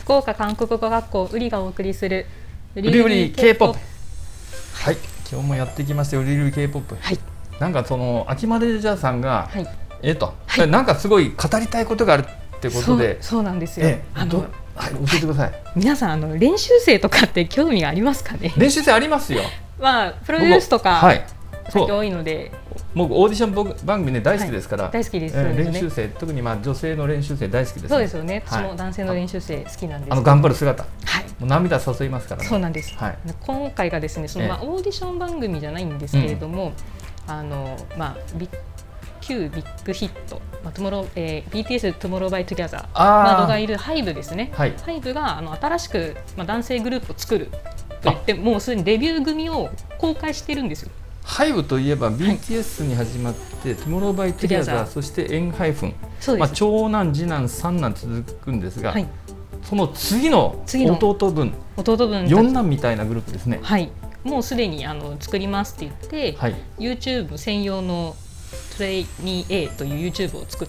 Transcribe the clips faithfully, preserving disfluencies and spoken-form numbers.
福岡韓国語学校ウリがお送りするウリウリ K-ポップ。はい、今日もやってきましたよ、ウリウリ K-ポップ。 はい、 なんかその秋マネージャーさんが、はい、えっと、 はい、 なんかすごい語りたいことがあるってことで、 そう、そうなんですよ。 えあのはい、教えてください。 皆さんあの練習生とかって興味ありますかね？ 練習生ありますよ。 まあプロデュースとか、はい、最近多いので。 僕オーディション番組ね大好きですから、はい、 大好きです、 えー、練習生、特にまあ女性の練習生大好きです、ね、 そうですよね。私も男性の練習生好きなんです。 あの頑張る姿、 はい、 もう涙誘いますからね。 そうなんです、はい、今回がですね、そのまあオーディション番組じゃないんですけれども、うん、あのまあビ旧ビッグヒット、まあトゥモローえー、ビーティーエス Tomorrow by Together などがいるハイブですね。はい、ハイブがあの新しく、まあ、男性グループを作ると言ってもうすでにデビュー組を公開してるんですよ。 ハイブといえば ビーティーエス に始まって、はい、Tomorrow by Together、そしてエンハイフン、まあ、長男、次男、三男続くんですが、はい、その次の弟分、 弟分四男みたいなグループですね。 はい、もうすでにあの作りますって言って、はい、YouTube 専用のトレイニー A という YouTube を作って、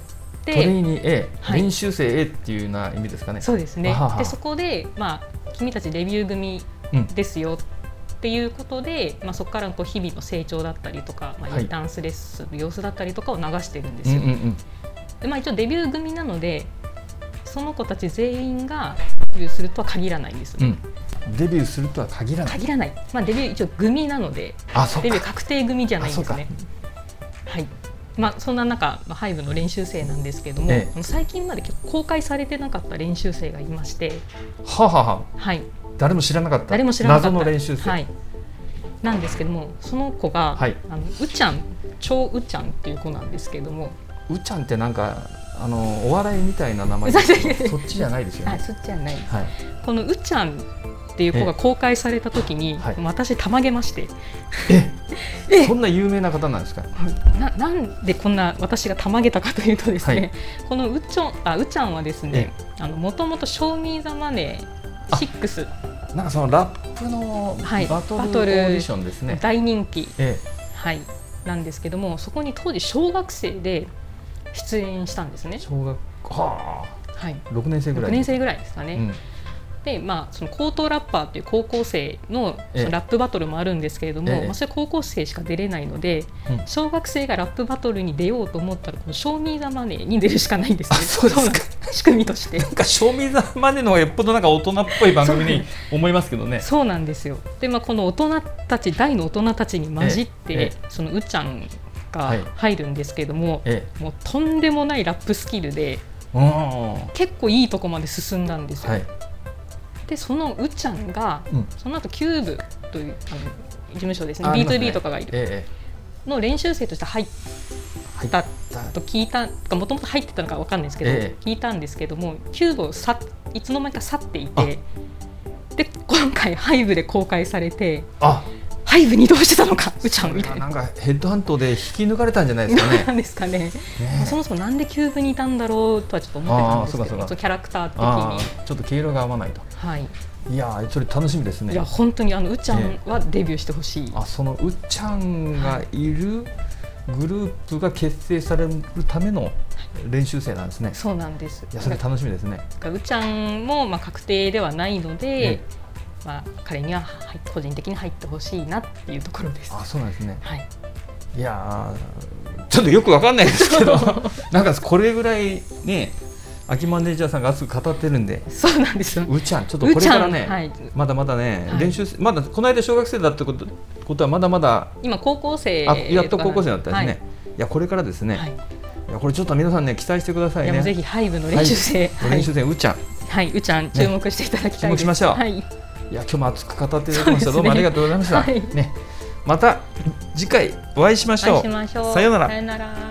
トレイニー A、はい、練習生 A っていうような意味ですかね。 そうですね。でそこで、まあ、君たちデビュー組ですよ、うんっていうことで、まあ、そこからこう日々の成長だったりとか、まあ、インダンスレッスンの様子だったりとかを流してるんですよ。で、まあ、一応デビュー組なのでその子たち全員がデビューするとは限らないんですね。 うん、デビューするとは限らない。 限らない。まあ、デビュー一応組なのでデビュー確定組じゃないんですね。はい。まあ、そんな中、まあ、ハイブの練習生なんですけども、ええ、最近まで結構公開されてなかった練習生がいまして、 ははは、 はい、 誰も知らなかった、 誰も知らなかった謎の練習生、 はい、なんですけども、その子が、はい、あのうちゃん、超うちゃんっていう子なんですけども、 うちゃんってなんかあのお笑いみたいな名前ですけどそっちじゃないですよね。 あ、そっちじゃないです、はい、このうちゃんっていう子が公開された時に、はい、私たまげまして、 ええそんな有名な方なんですか。 な, なんでこんな私がたまげたかというとですね、はい、このうちょあうちゃんはですね、もともと Show Me the Money シックス、 なんかそのラップのバトルオーディションですね、はい、 大人気、ええ、はい、なんですけども、そこに当時小学生で出演したんですね。 小学はあ、はい、ろくねん生ぐらい、 ろくねん生ぐらいですかね。うん、で、まあ、その高等ラッパーという高校生 の, そのラップバトルもあるんですけれども、ええまあ、それ高校生しか出れないので、うん、小学生がラップバトルに出ようと思ったらこのショーミーザマネーに出るしかないんですね。 そうですか。 仕組みとしてなんかショーミーザマネーの方がよっぽどなんか大人っぽい番組に思いますけどね。 そうなんですよ。で、まあ、この大人たち大の大人たちに混じって、ええ、そのうちゃんが入るんですけども、ええ、もうとんでもないラップスキルで結構いいとこまで進んだんですよ。はい、でそのうちゃんが、うん、その後キューブというあの事務所ですね、 ビーツービー とかがいる、ええ、の練習生として入ったと聞いた、もともと入ってたのか分かんないですけど、ええ、聞いたんですけども、キューブをさいつの間にか去っていて、で今回ハイブで公開されて、あハイブに移動してたのかうちゃんみたいな、 なんかヘッドハントで引き抜かれたんじゃないですかね。 なんですかね。ね、そもそもなんでキューブにいたんだろうとはちょっと思ってたんですけど、そうかそうか、キャラクター的にちょっと毛色が合わないと。はい、いやそれ楽しみですね。 いや本当にあのうちゃんはデビューしてほしい、えー、あそのうちゃんがいるグループが結成されるための練習生なんですね。はい、そうなんです。いやそれ楽しみですね。 うちゃんもまあ確定ではないので、えーまあ、彼には個人的に入ってほしいなっていうところです。 あ、そうなんですね。はい、いやちょっとよくわかんないですけどなんかこれぐらいね秋マネージャーさんが熱く語ってるんで。 そうなんですよ。 うちゃんちょっとこれからね、はい、まだまだね、はい、練習まだこの間小学生だってこと、ことはまだまだ今高校生、 あやっと高校生だったですね。はい、いやこれからですね。はい、いやこれちょっと皆さんね期待してくださいね。いやぜひハイブの練習生、 はい、練習生うちゃん、 はいうちゃん注目していただきたいです。 ね、注目しましょう。はい、いや今日も熱く語っていただきました。ね、どうもありがとうございました。はい、ね、また次回お会いしましょう。 お会いしましょう。 さようなら。 さようなら。